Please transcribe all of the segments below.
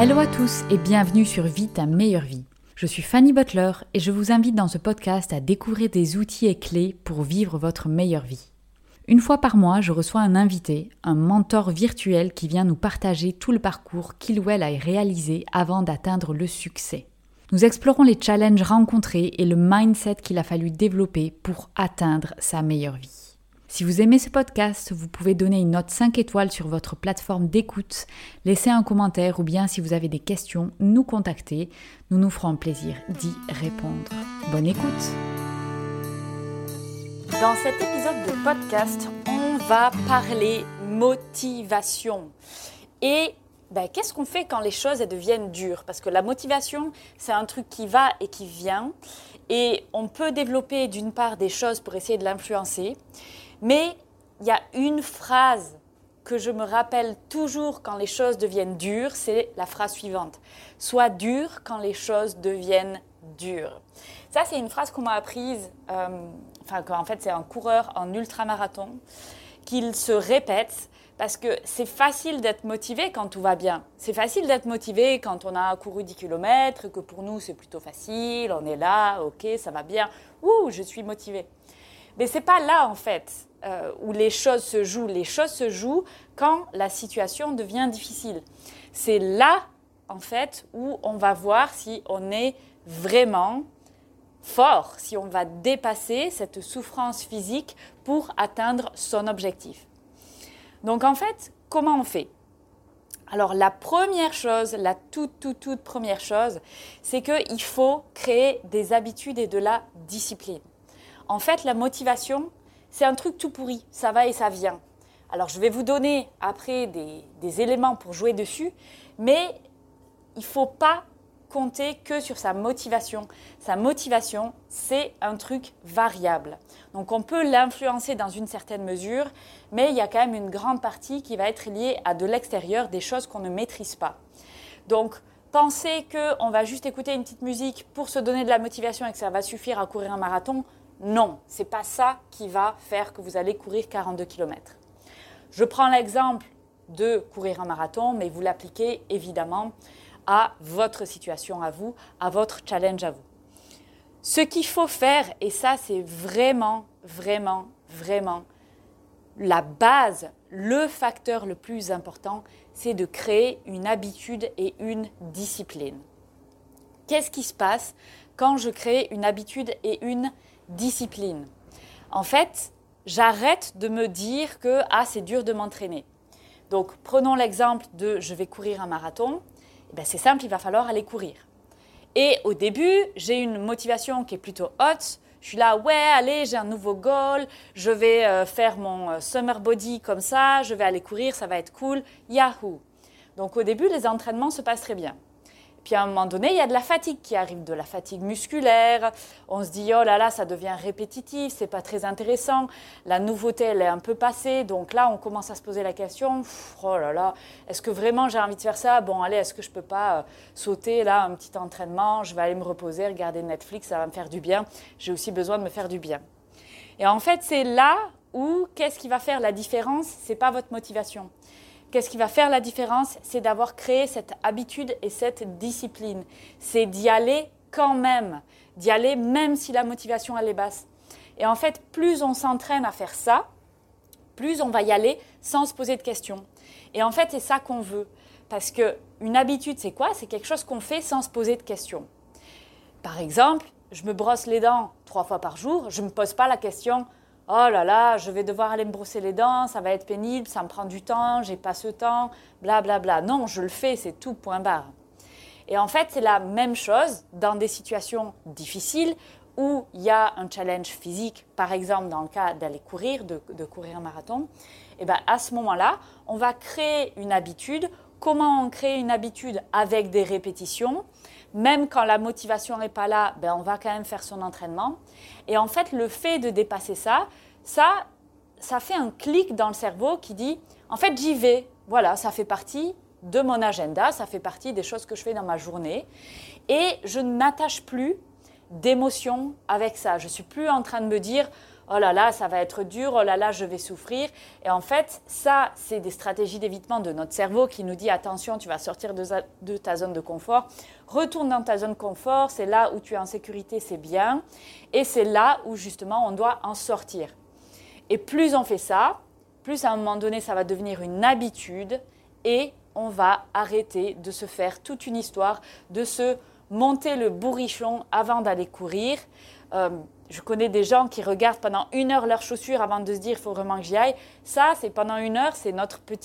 Hello à tous et bienvenue sur Vie ta meilleure vie. Je suis Fanny Butler et je vous invite dans ce podcast à découvrir des outils et clés pour vivre votre meilleure vie. Une fois par mois, je reçois un invité, un mentor virtuel qui vient nous partager tout le parcours qu'il ou elle a réalisé avant d'atteindre le succès. Nous explorons les challenges rencontrés et le mindset qu'il a fallu développer pour atteindre sa meilleure vie. Si vous aimez ce podcast, vous pouvez donner une note 5 étoiles sur votre plateforme d'écoute, laisser un commentaire ou bien si vous avez des questions, nous contacter. Nous nous ferons plaisir d'y répondre. Bonne écoute! Dans cet épisode de podcast, on va parler motivation. Et qu'est-ce qu'on fait quand les choses deviennent dures? Parce que la motivation, c'est un truc qui va et qui vient. Et on peut développer d'une part des choses pour essayer de l'influencer. Mais il y a une phrase que je me rappelle toujours quand les choses deviennent dures, c'est la phrase suivante. Sois dur quand les choses deviennent dures. Ça, c'est une phrase qu'on m'a apprise, en fait, c'est un coureur en ultramarathon qu'il se répète parce que c'est facile d'être motivé quand tout va bien. C'est facile d'être motivé quand on a couru 10 km, que pour nous, c'est plutôt facile, on est là, ok, ça va bien, je suis motivé. Mais ce n'est pas là, en fait, où les choses se jouent. Les choses se jouent quand la situation devient difficile. C'est là, en fait, où on va voir si on est vraiment fort, si on va dépasser cette souffrance physique pour atteindre son objectif. Donc, en fait, comment on fait ? Alors, la première chose, la toute première chose, c'est qu'il faut créer des habitudes et de la discipline. En fait, la motivation, c'est un truc tout pourri, ça va et ça vient. Alors, je vais vous donner après des éléments pour jouer dessus, mais il ne faut pas compter que sur sa motivation. Sa motivation, c'est un truc variable. Donc, on peut l'influencer dans une certaine mesure, mais il y a quand même une grande partie qui va être liée à de l'extérieur, des choses qu'on ne maîtrise pas. Donc, penser qu'on va juste écouter une petite musique pour se donner de la motivation et que ça va suffire à courir un marathon, non, ce n'est pas ça qui va faire que vous allez courir 42 km. Je prends l'exemple de courir un marathon, mais vous l'appliquez évidemment à votre situation à vous, à votre challenge à vous. Ce qu'il faut faire, et ça c'est vraiment la base, le facteur le plus important, c'est de créer une habitude et une discipline. Qu'est-ce qui se passe quand je crée une habitude et une discipline? En fait, j'arrête de me dire que c'est dur de m'entraîner. Donc, prenons l'exemple de je vais courir un marathon. C'est simple, il va falloir aller courir. Et au début, j'ai une motivation qui est plutôt haute. Je suis là, allez, j'ai un nouveau goal. Je vais faire mon summer body comme ça. Je vais aller courir, ça va être cool. Yahoo! Donc, au début, les entraînements se passent très bien. Puis à un moment donné, il y a de la fatigue qui arrive, de la fatigue musculaire. On se dit, oh là là, ça devient répétitif, c'est pas très intéressant. La nouveauté, elle est un peu passée. Donc là, on commence à se poser la question, oh là là, est-ce que vraiment j'ai envie de faire ça? Bon, allez, est-ce que je peux pas sauter là un petit entraînement? Je vais aller me reposer, regarder Netflix, ça va me faire du bien. J'ai aussi besoin de me faire du bien. Et en fait, c'est là où, qu'est-ce qui va faire la différence? C'est pas votre motivation. Qu'est-ce qui va faire la différence? C'est d'avoir créé cette habitude et cette discipline. C'est d'y aller quand même, d'y aller même si la motivation elle est basse. Et en fait, plus on s'entraîne à faire ça, plus on va y aller sans se poser de questions. Et en fait, c'est ça qu'on veut. Parce qu'une habitude, c'est quoi? C'est quelque chose qu'on fait sans se poser de questions. Par exemple, je me brosse les dents 3 fois par jour, je ne me pose pas la question « Oh là là, je vais devoir aller me brosser les dents, ça va être pénible, ça me prend du temps, j'ai pas ce temps, blablabla. » Non, je le fais, c'est tout, point barre. Et en fait, c'est la même chose dans des situations difficiles où il y a un challenge physique, par exemple dans le cas d'aller courir, de courir un marathon. Et à ce moment-là, on va créer une habitude. Comment on crée une habitude? Avec des répétitions. Même quand la motivation n'est pas là, on va quand même faire son entraînement. Et en fait, le fait de dépasser ça fait un clic dans le cerveau qui dit, en fait, j'y vais. Voilà, ça fait partie de mon agenda, ça fait partie des choses que je fais dans ma journée. Et je n'attache plus d'émotion avec ça. Je ne suis plus en train de me dire, oh là là, ça va être dur, oh là là, je vais souffrir. Et en fait, ça, c'est des stratégies d'évitement de notre cerveau qui nous dit attention, tu vas sortir de ta zone de confort. Retourne dans ta zone de confort, c'est là où tu es en sécurité, c'est bien. Et c'est là où justement on doit en sortir. Et plus on fait ça, plus à un moment donné, ça va devenir une habitude et on va arrêter de se faire toute une histoire, de se monter le bourrichon avant d'aller courir. Je connais des gens qui regardent pendant 1 heure leurs chaussures avant de se dire « il faut vraiment que j'y aille ». Ça, c'est pendant 1 heure, c'est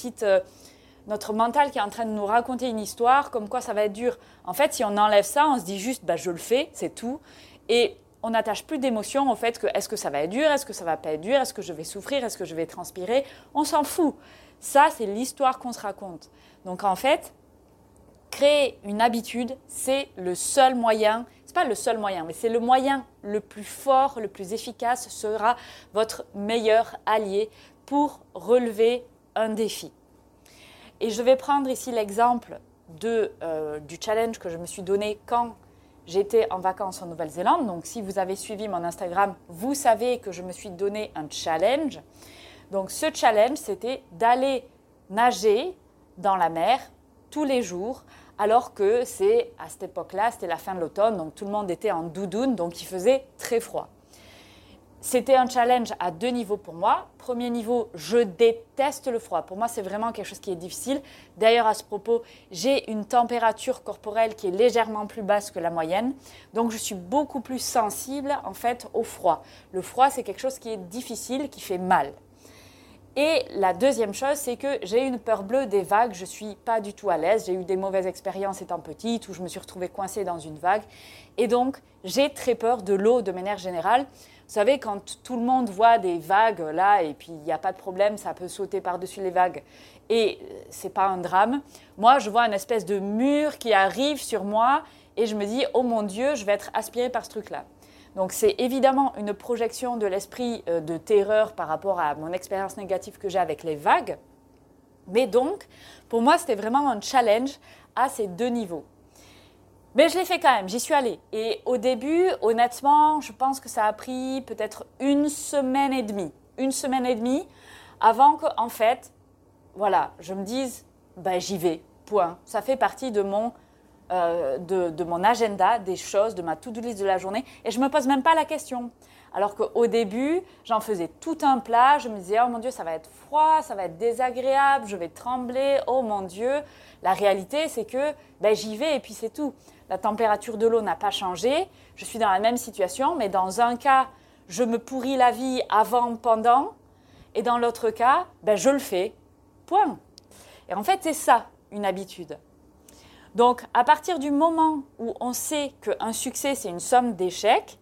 notre mental qui est en train de nous raconter une histoire, comme quoi ça va être dur. En fait, si on enlève ça, on se dit juste « je le fais », c'est tout. Et on n'attache plus d'émotion au fait que est-ce que ça va être dur, est-ce que ça va pas être dur, est-ce que je vais souffrir, est-ce que je vais transpirer. On s'en fout. Ça, c'est l'histoire qu'on se raconte. Donc en fait, créer une habitude, c'est le seul moyen, c'est pas le seul moyen, mais c'est le moyen le plus fort, le plus efficace, sera votre meilleur allié pour relever un défi. Et je vais prendre ici l'exemple du challenge que je me suis donné quand j'étais en vacances en Nouvelle-Zélande. Donc si vous avez suivi mon Instagram, vous savez que je me suis donné un challenge. Donc ce challenge, c'était d'aller nager dans la mer tous les jours, alors que à cette époque-là, c'était la fin de l'automne, donc tout le monde était en doudoune, donc il faisait très froid. C'était un challenge à 2 niveaux pour moi. Premier niveau, je déteste le froid. Pour moi, c'est vraiment quelque chose qui est difficile. D'ailleurs, à ce propos, j'ai une température corporelle qui est légèrement plus basse que la moyenne. Donc, je suis beaucoup plus sensible, en fait, au froid. Le froid, c'est quelque chose qui est difficile, qui fait mal. Et la deuxième chose, c'est que j'ai une peur bleue des vagues. Je ne suis pas du tout à l'aise. J'ai eu des mauvaises expériences étant petite où je me suis retrouvée coincée dans une vague. Et donc, j'ai très peur de l'eau de manière générale. Vous savez, quand tout le monde voit des vagues là, et puis il n'y a pas de problème, ça peut sauter par-dessus les vagues, et ce n'est pas un drame. Moi, je vois une espèce de mur qui arrive sur moi, et je me dis, oh mon Dieu, je vais être aspirée par ce truc-là. Donc c'est évidemment une projection de l'esprit de terreur par rapport à mon expérience négative que j'ai avec les vagues. Mais donc, pour moi, c'était vraiment un challenge à ces 2 niveaux. Mais je l'ai fait quand même, j'y suis allée. Et au début, honnêtement, je pense que ça a pris peut-être 1 semaine et demie. 1 semaine et demie avant qu'en fait, voilà, je me dise, j'y vais, point. Ça fait partie de mon agenda, des choses, de ma to-do list de la journée. Et je ne me pose même pas la question. Alors qu'au début, j'en faisais tout un plat. Je me disais, oh mon Dieu, ça va être froid, ça va être désagréable, je vais trembler, oh mon Dieu. La réalité, c'est que j'y vais et puis c'est tout. La température de l'eau n'a pas changé. Je suis dans la même situation, mais dans un cas, je me pourris la vie avant, pendant. Et dans l'autre cas, je le fais. Point. Et en fait, c'est ça, une habitude. Donc, à partir du moment où on sait qu'un succès, c'est une somme d'échecs,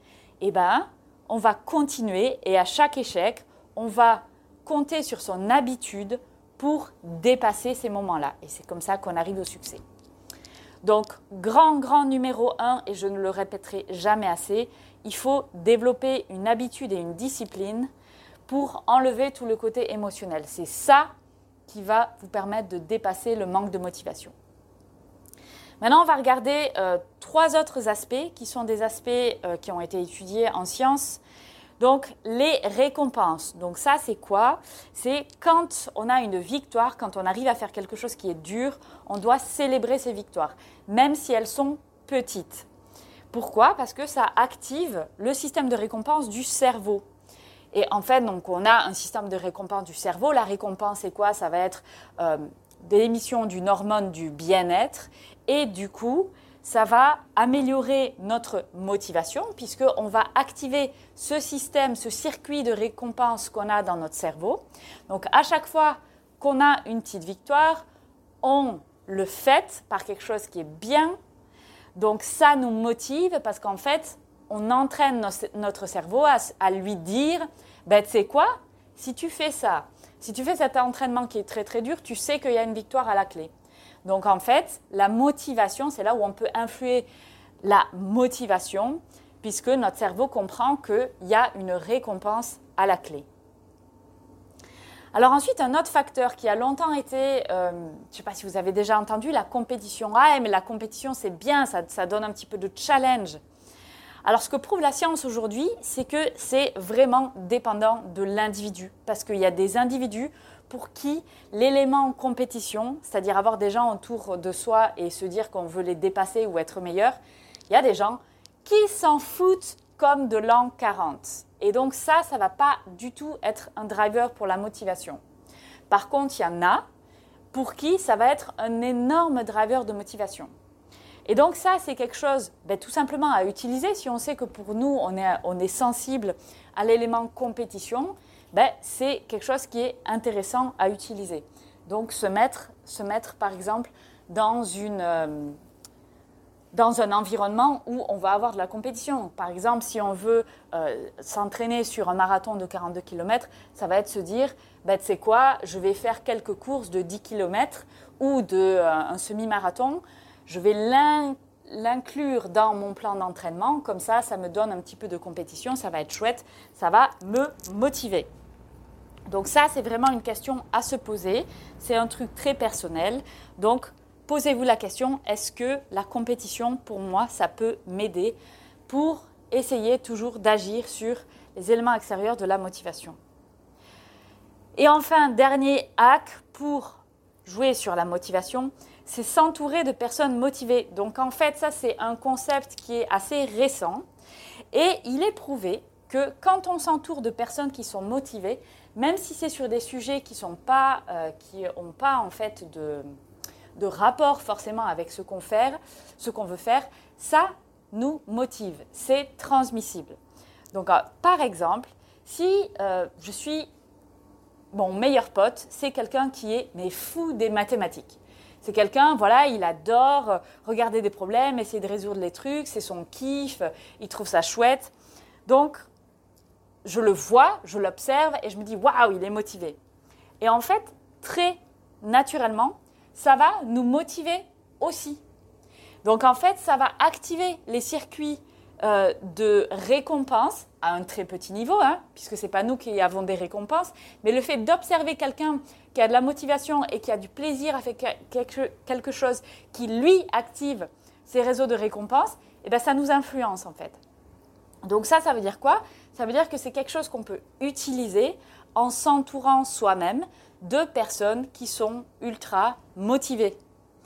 on va continuer et à chaque échec, on va compter sur son habitude pour dépasser ces moments-là. Et c'est comme ça qu'on arrive au succès. Donc, grand numéro 1, et je ne le répéterai jamais assez, il faut développer une habitude et une discipline pour enlever tout le côté émotionnel. C'est ça qui va vous permettre de dépasser le manque de motivation. Maintenant, on va regarder 3 autres aspects qui sont des aspects qui ont été étudiés en sciences. Donc, les récompenses. Donc ça, c'est quoi? C'est quand on a une victoire, quand on arrive à faire quelque chose qui est dur, on doit célébrer ces victoires, même si elles sont petites. Pourquoi? Parce que ça active le système de récompense du cerveau. Et en fait, donc, on a un système de récompense du cerveau. La récompense, c'est quoi? Ça va être l'émission d'une hormone du bien-être. Et du coup, ça va améliorer notre motivation puisqu'on va activer ce système, ce circuit de récompense qu'on a dans notre cerveau. Donc, à chaque fois qu'on a une petite victoire, on le fête par quelque chose qui est bien. Donc, ça nous motive parce qu'en fait, on entraîne notre cerveau à lui dire, tu sais quoi, si tu fais ça, si tu fais cet entraînement qui est très très dur, tu sais qu'il y a une victoire à la clé. Donc en fait, la motivation, c'est là où on peut influer la motivation puisque notre cerveau comprend qu'il y a une récompense à la clé. Alors ensuite, un autre facteur qui a longtemps été, je ne sais pas si vous avez déjà entendu, la compétition. Ah, mais la compétition, c'est bien, ça donne un petit peu de challenge. Alors, ce que prouve la science aujourd'hui, c'est que c'est vraiment dépendant de l'individu. Parce qu'il y a des individus pour qui l'élément compétition, c'est-à-dire avoir des gens autour de soi et se dire qu'on veut les dépasser ou être meilleur, il y a des gens qui s'en foutent comme de l'an 40. Et donc ça ne va pas du tout être un driver pour la motivation. Par contre, il y en a pour qui ça va être un énorme driver de motivation. Et donc ça, c'est quelque chose tout simplement à utiliser. Si on sait que pour nous, on est sensible à l'élément compétition, c'est quelque chose qui est intéressant à utiliser. Donc se mettre par exemple dans un environnement où on va avoir de la compétition. Par exemple, si on veut s'entraîner sur un marathon de 42 km, ça va être se dire, tu sais quoi, je vais faire quelques courses de 10 km ou un semi-marathon. Je vais l'inclure dans mon plan d'entraînement. Comme ça me donne un petit peu de compétition. Ça va être chouette. Ça va me motiver. Donc ça, c'est vraiment une question à se poser. C'est un truc très personnel. Donc, posez-vous la question, est-ce que la compétition, pour moi, ça peut m'aider pour essayer toujours d'agir sur les éléments extérieurs de la motivation. Et enfin, dernier hack pour jouer sur la motivation, c'est s'entourer de personnes motivées. Donc en fait, ça c'est un concept qui est assez récent et il est prouvé que quand on s'entoure de personnes qui sont motivées, même si c'est sur des sujets qui n'ont pas en fait de rapport forcément avec ce qu'on veut faire, ça nous motive, c'est transmissible. Donc par exemple, si je suis mon meilleur pote, c'est quelqu'un qui est fou des mathématiques. C'est quelqu'un, voilà, il adore regarder des problèmes, essayer de résoudre les trucs, c'est son kiff, il trouve ça chouette. Donc, je le vois, je l'observe et je me dis, waouh, il est motivé. Et en fait, très naturellement, ça va nous motiver aussi. Donc, en fait, ça va activer les circuits de récompense à un très petit niveau, puisque ce n'est pas nous qui avons des récompenses, mais le fait d'observer quelqu'un qui a de la motivation et qui a du plaisir à faire quelque chose qui lui active ses réseaux de récompense, ça nous influence en fait. Donc ça veut dire quoi ? Ça veut dire que c'est quelque chose qu'on peut utiliser en s'entourant soi-même de personnes qui sont ultra motivées.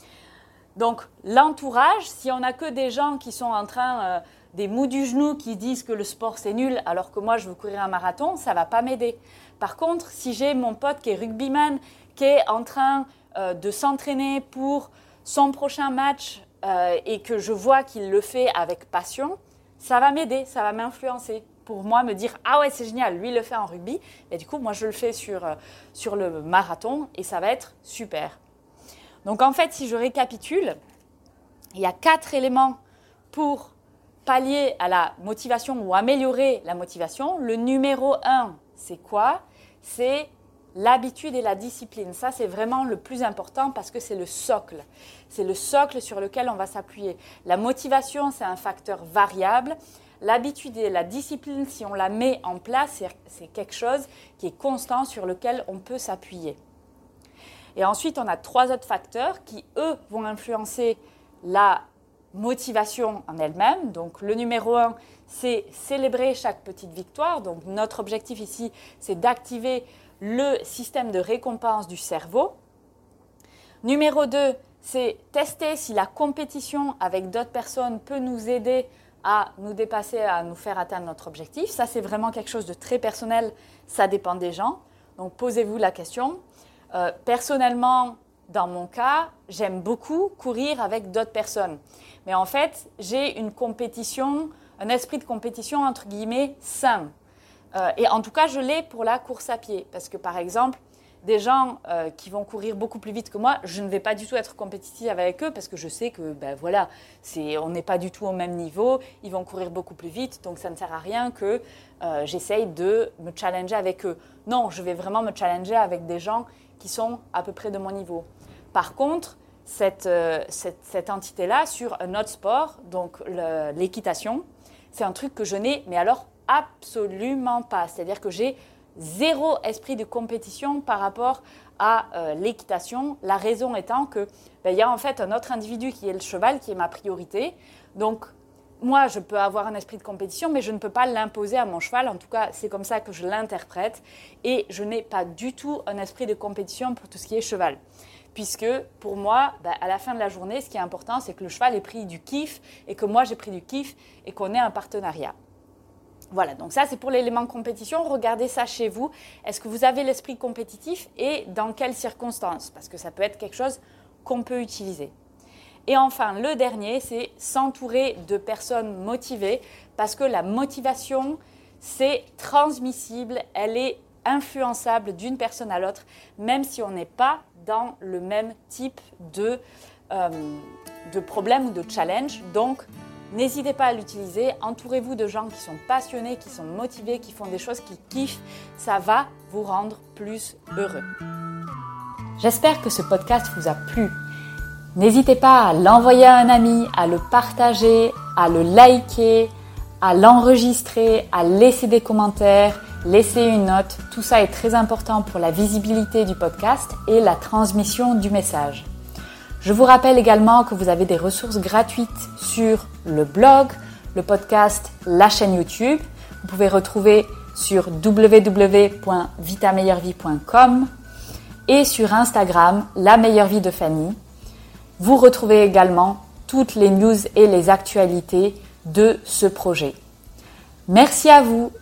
Donc l'entourage, si on n'a que des gens qui sont en train des mous du genou qui disent que le sport c'est nul alors que moi je veux courir un marathon, ça ne va pas m'aider. Par contre, si j'ai mon pote qui est rugbyman, qui est en train de s'entraîner pour son prochain match et que je vois qu'il le fait avec passion, ça va m'aider, ça va m'influencer pour moi me dire « Ah ouais, c'est génial, lui il le fait en rugby et du coup moi je le fais sur le marathon et ça va être super ». Donc en fait, si je récapitule, il y a 4 éléments pour pallier à la motivation ou améliorer la motivation. Le numéro 1, c'est quoi ? C'est l'habitude et la discipline. Ça, c'est vraiment le plus important parce que c'est le socle. C'est le socle sur lequel on va s'appuyer. La motivation, c'est un facteur variable. L'habitude et la discipline, si on la met en place, c'est quelque chose qui est constant sur lequel on peut s'appuyer. Et ensuite, on a 3 autres facteurs qui, eux, vont influencer la motivation en elle-même. Donc, le numéro 1, c'est célébrer chaque petite victoire. Donc, notre objectif ici, c'est d'activer le système de récompense du cerveau. Numéro 2, c'est tester si la compétition avec d'autres personnes peut nous aider à nous dépasser, à nous faire atteindre notre objectif. Ça, c'est vraiment quelque chose de très personnel. Ça dépend des gens. Donc, posez-vous la question. Personnellement, dans mon cas, j'aime beaucoup courir avec d'autres personnes. Mais en fait, j'ai une compétition, un esprit de compétition entre guillemets sain. Et en tout cas, je l'ai pour la course à pied. Parce que par exemple, des gens qui vont courir beaucoup plus vite que moi, je ne vais pas du tout être compétitive avec eux parce que je sais que voilà, on n'est pas du tout au même niveau, ils vont courir beaucoup plus vite, donc ça ne sert à rien que j'essaye de me challenger avec eux. Non, je vais vraiment me challenger avec des gens qui sont à peu près de mon niveau. Par contre, cette entité-là, sur un autre sport, donc l'équitation, c'est un truc que je n'ai, mais alors absolument pas. C'est-à-dire que j'ai zéro esprit de compétition par rapport à l'équitation. La raison étant que y a en fait un autre individu qui est le cheval, qui est ma priorité. Donc, moi, je peux avoir un esprit de compétition, mais je ne peux pas l'imposer à mon cheval. En tout cas, c'est comme ça que je l'interprète. Et je n'ai pas du tout un esprit de compétition pour tout ce qui est cheval. Puisque pour moi, à la fin de la journée, ce qui est important, c'est que le cheval ait pris du kiff et que moi, j'ai pris du kiff et qu'on ait un partenariat. Voilà, donc ça, c'est pour l'élément compétition. Regardez ça chez vous. Est-ce que vous avez l'esprit compétitif et dans quelles circonstances? Parce que ça peut être quelque chose qu'on peut utiliser. Et enfin, le dernier, c'est s'entourer de personnes motivées parce que la motivation, c'est transmissible, elle est influençable d'une personne à l'autre, même si on n'est pas dans le même type de problème ou de challenge. Donc, n'hésitez pas à l'utiliser. Entourez-vous de gens qui sont passionnés, qui sont motivés, qui font des choses qui kiffent. Ça va vous rendre plus heureux. J'espère que ce podcast vous a plu. N'hésitez pas à l'envoyer à un ami, à le partager, à le liker, à l'enregistrer, à laisser des commentaires, laisser une note. Tout ça est très important pour la visibilité du podcast et la transmission du message. Je vous rappelle également que vous avez des ressources gratuites sur le blog, le podcast, la chaîne YouTube. Vous pouvez retrouver sur www.vitameilleurvie.com et sur Instagram, La Meilleure Vie de Fanny. Vous retrouvez également toutes les news et les actualités de ce projet. Merci à vous